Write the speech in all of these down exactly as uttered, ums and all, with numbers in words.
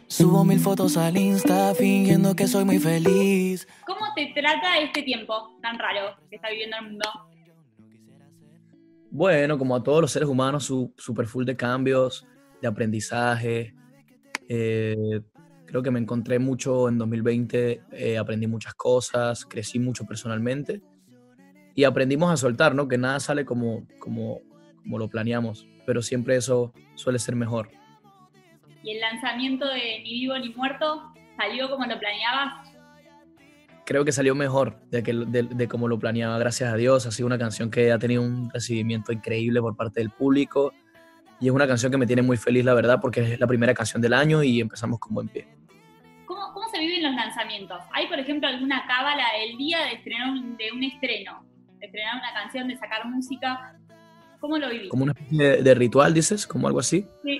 Subo mil fotos al Insta fingiendo que soy muy feliz. ¿Cómo te trata este tiempo tan raro que está viviendo el mundo? Bueno, como a todos los seres humanos, su, super full de cambios, de aprendizaje. Eh, creo que me encontré mucho en dos mil veinte, eh, aprendí muchas cosas, crecí mucho personalmente y aprendimos a soltar, ¿no? Que nada sale como, como, como lo planeamos, pero siempre eso suele ser mejor. ¿Y el lanzamiento de Ni Vivo Ni Muerto salió como lo planeabas? Creo que salió mejor de, que, de, de como lo planeaba, gracias a Dios. Ha sido una canción que ha tenido un recibimiento increíble por parte del público y es una canción que me tiene muy feliz, la verdad, porque es la primera canción del año y empezamos con buen pie. ¿Cómo, cómo se viven los lanzamientos? ¿Hay, por ejemplo, alguna cábala el día de, estrenar un, de un estreno? De estrenar una canción, de sacar música. ¿Cómo lo vivís? Como una especie de, de ritual, dices, como algo así. Sí.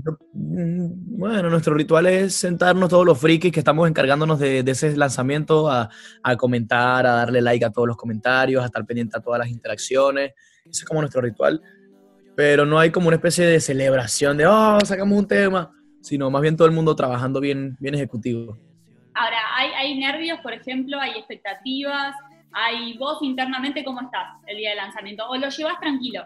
Bueno, nuestro ritual es sentarnos todos los frikis que estamos encargándonos de, de ese lanzamiento a, a comentar, a darle like a todos los comentarios, a estar pendiente a todas las interacciones. Ese es como nuestro ritual. Pero no hay como una especie de celebración de, oh, sacamos un tema, sino más bien todo el mundo trabajando bien, bien ejecutivo. Ahora, ¿hay, hay nervios, por ejemplo? ¿Hay expectativas? ¿Hay vos internamente cómo estás el día del lanzamiento? ¿O lo llevas tranquilo?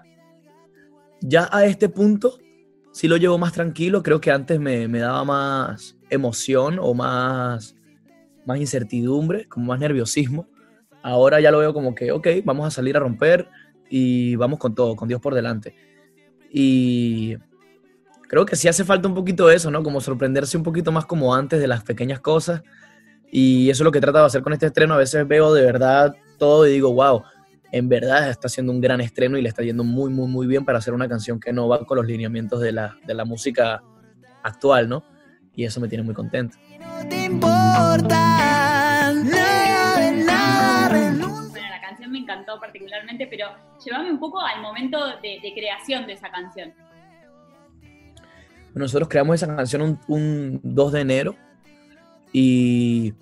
Ya a este punto sí lo llevo más tranquilo. Creo que antes me, me daba más emoción o más, más incertidumbre, como más nerviosismo. Ahora ya lo veo como que, ok, vamos a salir a romper y vamos con todo, con Dios por delante. Y creo que sí hace falta un poquito de eso, ¿no? Como sorprenderse un poquito más como antes de las pequeñas cosas. Y eso es lo que he tratado de hacer con este estreno. A veces veo de verdad todo y digo, wow, en verdad está haciendo un gran estreno y le está yendo muy, muy, muy bien para hacer una canción que no va con los lineamientos de la, de la música actual, ¿no? Y eso me tiene muy contento. No te importa nada de nada. Bueno, la canción me encantó particularmente, pero llévame un poco al momento de, de creación de esa canción. Bueno, nosotros creamos esa canción un, un dos de enero y...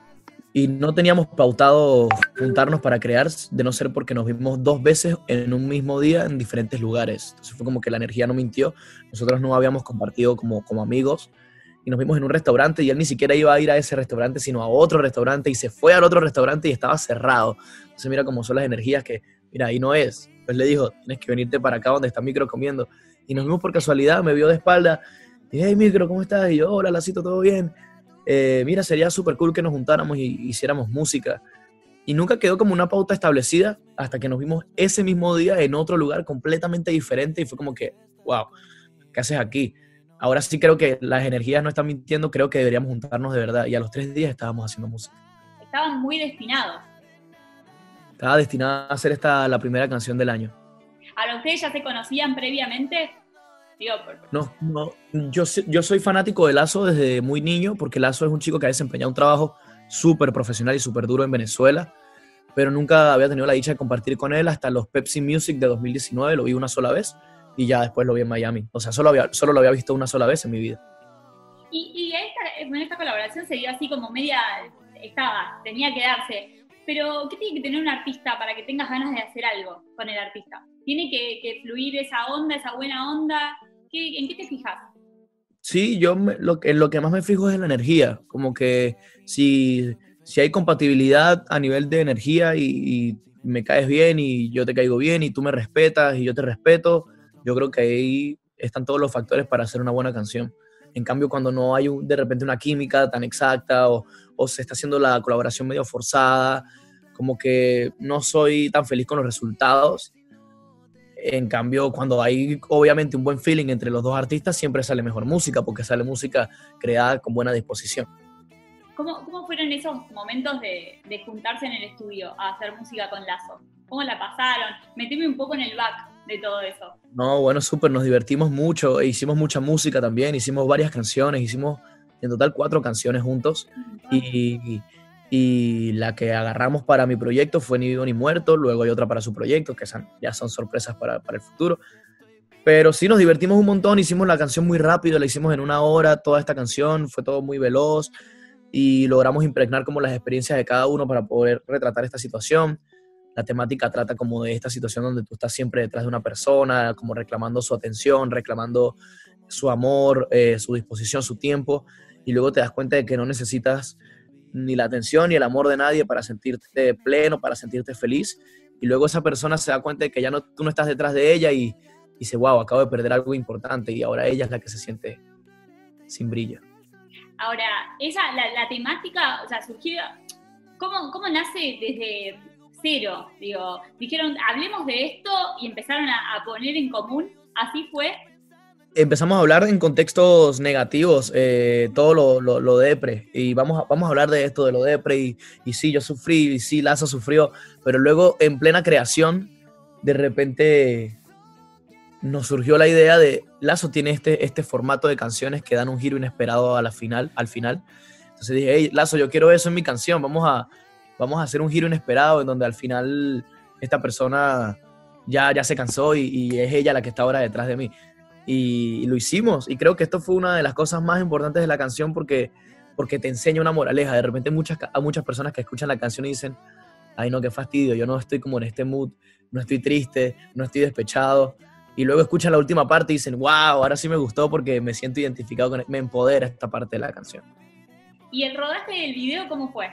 Y no teníamos pautado juntarnos para crear, de no ser porque nos vimos dos veces en un mismo día en diferentes lugares. Entonces fue como que la energía no mintió. Nosotros no habíamos compartido como, como amigos y nos vimos en un restaurante y él ni siquiera iba a ir a ese restaurante, sino a otro restaurante y se fue al otro restaurante y estaba cerrado. Entonces mira cómo son las energías que, mira, ahí no es. Pues le dijo, tienes que venirte para acá donde está Micro comiendo. Y nos vimos por casualidad, me vio de espalda. Y dije, hey, Micro, ¿cómo estás? Y yo, hola, Lacito, ¿todo bien? Eh, mira, sería súper cool que nos juntáramos y hiciéramos música. Y nunca quedó como una pauta establecida hasta que nos vimos ese mismo día en otro lugar completamente diferente y fue como que, wow, ¿qué haces aquí? Ahora sí creo que las energías no están mintiendo, creo que deberíamos juntarnos de verdad. Y a los tres días estábamos haciendo música. Estaban muy destinados. Estaba destinada a ser esta la primera canción del año. ¿Ahora ustedes ya se conocían previamente? Digo, por... No, no, yo, yo soy fanático de Lazo desde muy niño, porque Lazo es un chico que ha desempeñado un trabajo súper profesional y súper duro en Venezuela, pero nunca había tenido la dicha de compartir con él hasta los Pepsi Music de dos mil diecinueve, lo vi una sola vez y ya después lo vi en Miami. O sea, solo, había, solo lo había visto una sola vez en mi vida. Y, y esta, en esta colaboración se dio así como media, estaba, tenía que darse. Pero, ¿qué tiene que tener un artista para que tengas ganas de hacer algo con el artista? ¿Tiene que, que fluir esa onda, esa buena onda? ¿Qué, ¿En qué te fijas? Sí, yo me, lo, en lo que más me fijo es en la energía, como que si, si hay compatibilidad a nivel de energía y, y me caes bien y yo te caigo bien y tú me respetas y yo te respeto, yo creo que ahí están todos los factores para hacer una buena canción. En cambio, cuando no hay un, de repente una química tan exacta o, o se está haciendo la colaboración medio forzada, como que no soy tan feliz con los resultados. En cambio, cuando hay obviamente un buen feeling entre los dos artistas, siempre sale mejor música, porque sale música creada con buena disposición. ¿Cómo, cómo fueron esos momentos de, de juntarse en el estudio a hacer música con Lazo? ¿Cómo la pasaron? Meteme un poco en el back de todo eso. No, bueno, súper, nos divertimos mucho, e hicimos mucha música también, hicimos varias canciones, hicimos en total cuatro canciones juntos, y... y la que agarramos para mi proyecto fue Ni Vivo Ni Muerto, luego hay otra para su proyecto, que son, ya son sorpresas para, para el futuro. Pero sí, nos divertimos un montón, hicimos la canción muy rápido, la hicimos en una hora, toda esta canción, fue todo muy veloz, y logramos impregnar como las experiencias de cada uno para poder retratar esta situación. La temática trata como de esta situación donde tú estás siempre detrás de una persona, como reclamando su atención, reclamando su amor, eh, su disposición, su tiempo, y luego te das cuenta de que no necesitas ni la atención ni el amor de nadie para sentirte pleno, para sentirte feliz, y luego esa persona se da cuenta de que ya no, tú no estás detrás de ella y, y dice, wow, acabo de perder algo importante, y ahora ella es la que se siente sin brillo. Ahora, esa, la, la temática, o sea, surgió, ¿cómo, cómo nace desde cero? Digo, dijeron, hablemos de esto y empezaron a, a poner en común, ¿así fue? Empezamos a hablar en contextos negativos, eh, todo lo, lo, lo depre, y vamos a, vamos a hablar de esto, de lo depre, y, y sí, yo sufrí, y sí, Lazo sufrió, pero luego en plena creación, de repente nos surgió la idea de, Lazo tiene este, este formato de canciones que dan un giro inesperado a la final, al final. Entonces dije, hey, Lazo, yo quiero eso en mi canción, vamos a, vamos a hacer un giro inesperado en donde al final esta persona ya, ya se cansó y, y es ella la que está ahora detrás de mí. Y, y lo hicimos, y creo que esto fue una de las cosas más importantes de la canción porque, porque te enseña una moraleja. De repente muchas, hay muchas personas que escuchan la canción y dicen, ay no, qué fastidio, yo no estoy como en este mood, no estoy triste, no estoy despechado. Y luego escuchan la última parte y dicen, wow, ahora sí me gustó porque me siento identificado con, me empodera esta parte de la canción. ¿Y el rodaje del video cómo fue?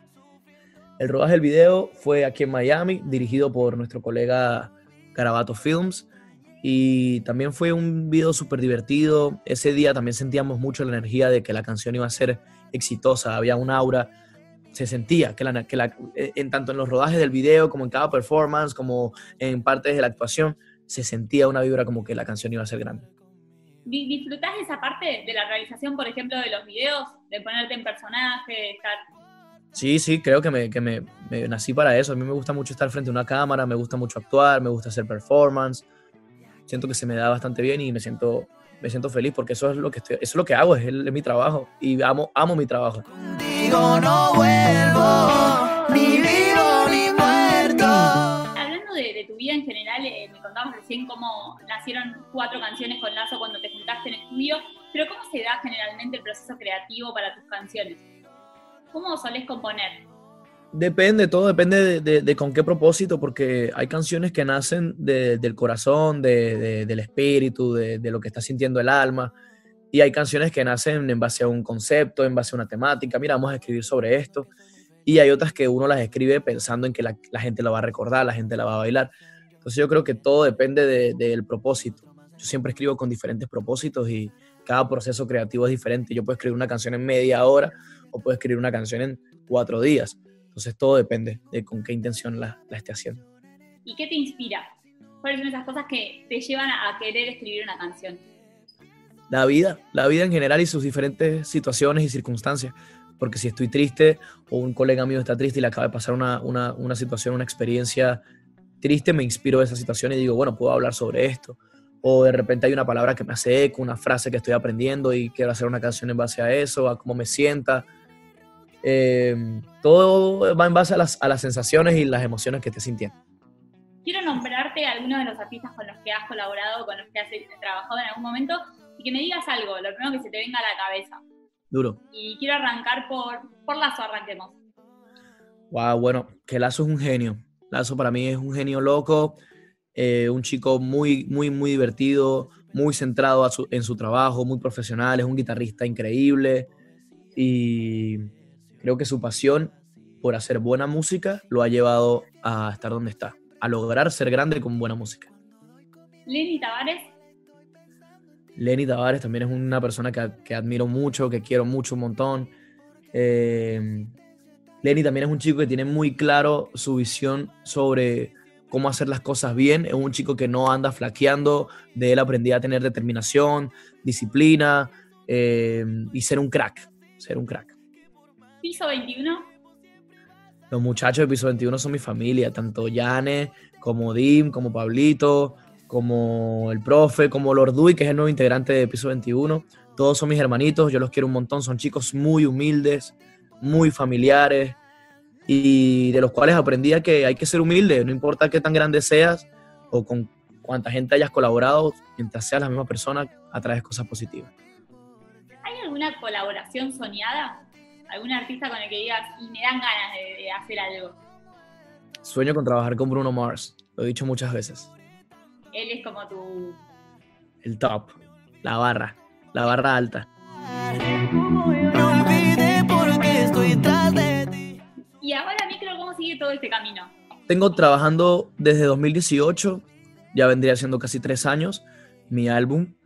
El rodaje del video fue aquí en Miami, dirigido por nuestro colega Garabato Films, y también fue un video súper divertido. Ese día también sentíamos mucho la energía de que la canción iba a ser exitosa, había un aura, se sentía que, la, que la, en tanto en los rodajes del video como en cada performance, como en partes de la actuación, se sentía una vibra como que la canción iba a ser grande. ¿Disfrutás de esa parte de la realización, por ejemplo, de los videos? De ponerte en personaje, de estar... Sí, sí, creo que, me, que me, me nací para eso. A mí me gusta mucho estar frente a una cámara, me gusta mucho actuar, me gusta hacer performance. Siento que se me da bastante bien y me siento, me siento feliz porque eso es lo que, estoy, eso es lo que hago, es, el, es mi trabajo y amo, amo mi trabajo. Contigo no vuelvo, ni vivo ni muerto. Hablando de, de tu vida en general, eh, me contabas recién cómo nacieron cuatro canciones con Lazo cuando te juntaste en estudio, pero ¿cómo se da generalmente el proceso creativo para tus canciones? ¿Cómo solés componer? Depende, todo depende de, de, de con qué propósito, porque hay canciones que nacen de, del corazón, de, de, del espíritu, de, de lo que está sintiendo el alma, y hay canciones que nacen en base a un concepto, en base a una temática, mira, vamos a escribir sobre esto, y hay otras que uno las escribe pensando en que la, la gente la va a recordar, la gente la va a bailar. Entonces yo creo que todo depende de, del propósito. Yo siempre escribo con diferentes propósitos y cada proceso creativo es diferente. Yo puedo escribir una canción en media hora o puedo escribir una canción en cuatro días. Entonces todo depende de con qué intención la, la esté haciendo. ¿Y qué te inspira? ¿Cuáles son esas cosas que te llevan a querer escribir una canción? La vida, la vida en general y sus diferentes situaciones y circunstancias. Porque si estoy triste o un colega mío está triste y le acaba de pasar una, una, una situación, una experiencia triste, me inspiro de esa situación y digo, bueno, puedo hablar sobre esto. O de repente hay una palabra que me hace eco, una frase que estoy aprendiendo y quiero hacer una canción en base a eso, a cómo me sienta. Eh, todo va en base a las, a las sensaciones y las emociones que estés sintiendo. Quiero nombrarte a algunos de los artistas con los que has colaborado, con los que has trabajado en algún momento y que me digas algo, lo primero que se te venga a la cabeza. Duro. Y quiero arrancar por, por Lazo, arranquemos. Wow, bueno, que Lazo es un genio. Lazo para mí es un genio loco, eh, un chico muy, muy, muy divertido, muy centrado a su, en su trabajo, muy profesional, es un guitarrista increíble y creo que su pasión por hacer buena música lo ha llevado a estar donde está, a lograr ser grande con buena música. Lenny Tavares. Lenny Tavares también es una persona que, que admiro mucho, que quiero mucho un montón. Eh, Lenny también es un chico que tiene muy claro su visión sobre cómo hacer las cosas bien. Es un chico que no anda flaqueando. De él aprendí a tener determinación, disciplina eh, y ser un crack. Ser un crack. Piso veintiuno. Los muchachos de Piso veintiuno son mi familia, tanto Yane como Dim, como Pablito, como el profe, como Lord Dui, que es el nuevo integrante de Piso veintiuno. Todos son mis hermanitos, yo los quiero un montón. Son chicos muy humildes, muy familiares y de los cuales aprendí a que hay que ser humilde, no importa qué tan grande seas o con cuánta gente hayas colaborado, mientras seas la misma persona, atraes cosas positivas. ¿Hay alguna colaboración soñada? ¿Algún artista con el que digas y me dan ganas de, de hacer algo? Sueño con trabajar con Bruno Mars, lo he dicho muchas veces. Él es como tu... El top. la barra, la barra alta. No olvidé porque estoy tras de ti. Y ahora, Micro, ¿cómo sigue todo este camino? Tengo trabajando desde dos mil dieciocho, ya vendría siendo casi tres años, mi álbum.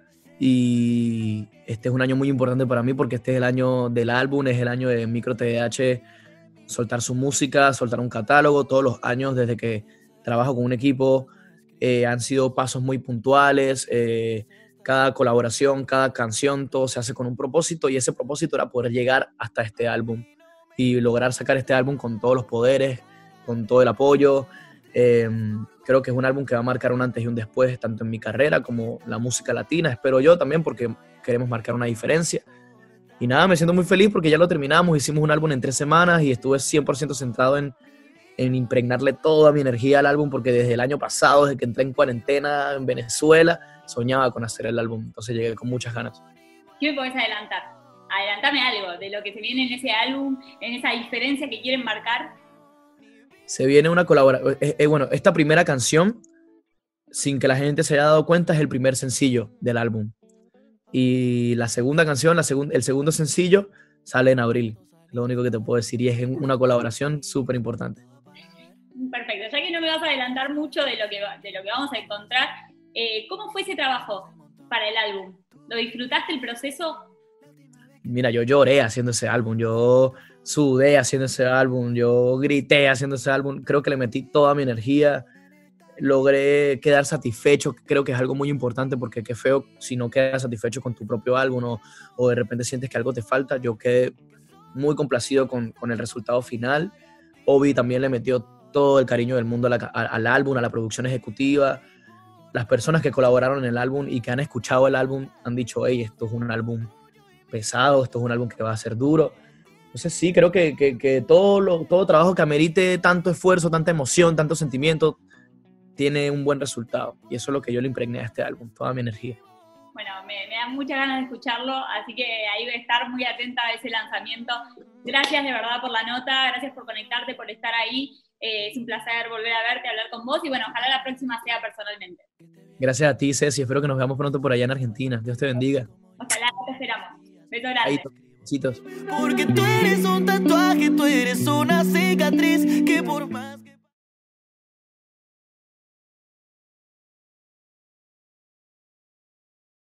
Y este es un año muy importante para mí porque este es el año del álbum, es el año de Micro T D H, soltar su música, soltar un catálogo. Todos los años desde que trabajo con un equipo eh, han sido pasos muy puntuales. Eh, cada colaboración, cada canción, todo se hace con un propósito y ese propósito era poder llegar hasta este álbum y lograr sacar este álbum con todos los poderes, con todo el apoyo. Eh, creo que es un álbum que va a marcar un antes y un después, tanto en mi carrera como la música latina, espero yo también, porque queremos marcar una diferencia. Y nada, me siento muy feliz porque ya lo terminamos, hicimos un álbum en tres semanas y estuve cien por ciento centrado en, en impregnarle toda mi energía al álbum, porque desde el año pasado, desde que entré en cuarentena en Venezuela, soñaba con hacer el álbum, entonces llegué con muchas ganas. ¿Qué me podés adelantar? Adelantame algo de lo que se viene en ese álbum, en esa diferencia que quieren marcar. Se viene una colaboración, eh, eh, bueno, esta primera canción, sin que la gente se haya dado cuenta, es el primer sencillo del álbum. Y la segunda canción, la segun, el segundo sencillo, sale en abril. Lo único que te puedo decir, y es una colaboración súper importante. Perfecto, ya que no me vas a adelantar mucho de lo que, de lo que vamos a encontrar, eh, ¿cómo fue ese trabajo para el álbum? ¿Lo disfrutaste el proceso? Mira, yo lloré haciendo ese álbum, yo sudé haciendo ese álbum, yo grité haciendo ese álbum, creo que le metí toda mi energía, logré quedar satisfecho, creo que es algo muy importante porque qué feo si no quedas satisfecho con tu propio álbum o, o de repente sientes que algo te falta. Yo quedé muy complacido con, con el resultado final. Obi también le metió todo el cariño del mundo a la, a, al álbum, a la producción ejecutiva. Las personas que colaboraron en el álbum y que han escuchado el álbum han dicho, hey, esto es un álbum pesado, esto es un álbum que va a ser duro. Entonces sí, creo que, que, que todo, lo, todo trabajo que amerite tanto esfuerzo, tanta emoción, tanto sentimiento, tiene un buen resultado. Y eso es lo que yo le impregné a este álbum, toda mi energía. Bueno, me, me dan muchas ganas de escucharlo, así que ahí voy a estar muy atenta a ese lanzamiento. Gracias de verdad por la nota, gracias por conectarte, por estar ahí. Eh, es un placer volver a verte, hablar con vos y bueno, ojalá la próxima sea personalmente. Gracias a ti, Ceci, espero que nos veamos pronto por allá en Argentina. Dios te bendiga. Ojalá, te esperamos. Beso grande. Ahí, besitos. Porque tú eres un tatuaje, tú eres una cicatriz que por más que